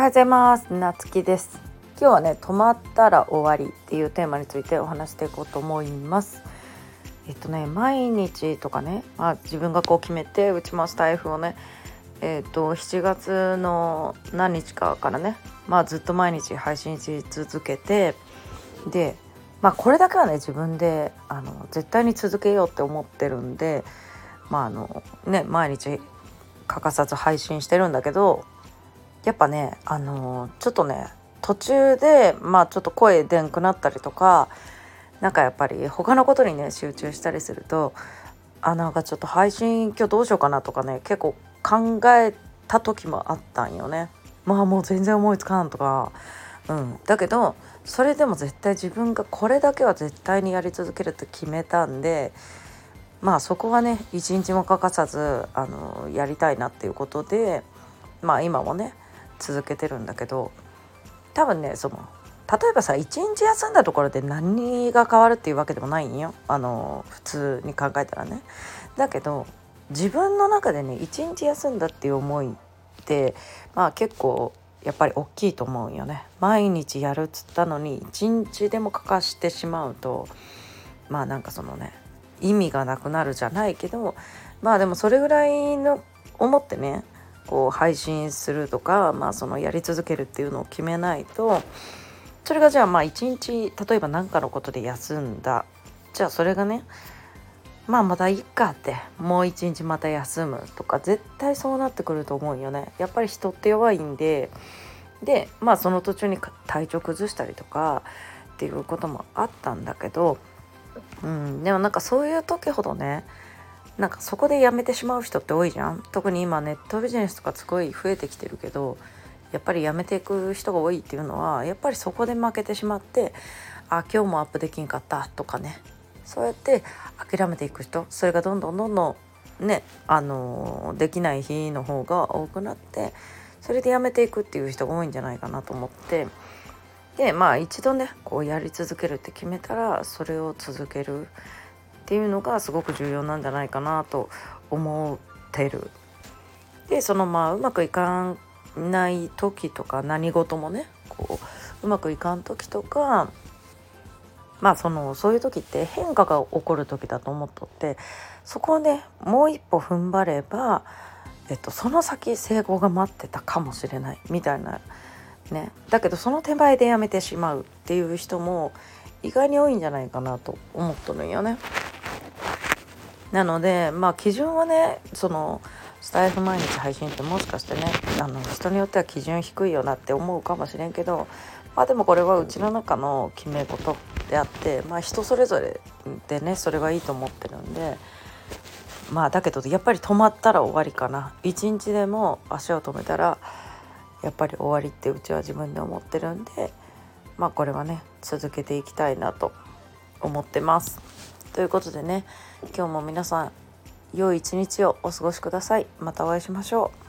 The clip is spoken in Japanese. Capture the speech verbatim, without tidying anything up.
ようございます。なつきです。今日はね、止まったら終わりっていうテーマについてお話していこうと思います。えっとね毎日とかね、まあ、自分がこう決めてうちもスタイフをね、えっとしちがつの何日かからね、まあ、ずっと毎日配信し続けて、で、まあ、これだけはね自分であの絶対に続けようって思ってるんで、まああのね、毎日欠かさず配信してるんだけど、やっぱねあのちょっとね途中でまあちょっと声出んくなったりとか、なんかやっぱり他のことにね集中したりすると、あなんかちょっと配信今日どうしようかなとかね結構考えた時もあったんよね。まあもう全然思いつかんとか、うん、だけどそれでも絶対自分がこれだけは絶対にやり続けるって決めたんで、まあそこはね一日も欠かさずあのやりたいなっていうことで、まあ今もね続けてるんだけど、多分ねその例えばさ一日休んだところで何が変わるっていうわけでもないんよ、あの普通に考えたらね。だけど自分の中でね一日休んだっていう思いってまあ結構やっぱり大きいと思うよね。毎日やるっつったのに一日でも欠かしてしまうと、まあなんかそのね意味がなくなるじゃないけど、まあでもそれぐらいの思ってねこう配信するとか、まあそのやり続けるっていうのを決めないと、それがじゃあまあ一日例えば何かのことで休んだ、じゃあそれがねまあまたいいかってもう一日また休むとか絶対そうなってくると思うよね。やっぱり人って弱いんで、でまあその途中に体調崩したりとかっていうこともあったんだけど、うん、でもなんかそういう時ほどねなんかそこでやめてしまう人って多いじゃん。特に今ネットビジネスとかすごい増えてきてるけど、やっぱりやめていく人が多いっていうのはやっぱりそこで負けてしまって、あ今日もアップできんかったとかね、そうやって諦めていく人、それがどんどんどんどんねあのーできない日の方が多くなって、それでやめていくっていう人が多いんじゃないかなと思って、でまあ一度ねこうやり続けるって決めたらそれを続けるっていうのがすごく重要なんじゃないかなと思ってる。でそのまあうまくいかない時とか、何事もねこううまくいかん時とか、まあそのそういう時って変化が起こる時だと思っとって、そこをねもう一歩踏ん張れば、えっと、その先成功が待ってたかもしれないみたいなね。だけどその手前でやめてしまうっていう人も意外に多いんじゃないかなと思っとるんよね。なのでまあ基準はねそのスタイフ毎日配信ってもしかしてねあの人によっては基準低いよなって思うかもしれんけど、まあでもこれはうちの中の決め事であって、まあ人それぞれでねそれがいいと思ってるんで、まあだけどやっぱり止まったら終わりかな。一日でも足を止めたらやっぱり終わりってうちは自分で思ってるんで、まあこれはね続けていきたいなと思ってます。ということでね、今日も皆さん良い一日をお過ごしください。またお会いしましょう。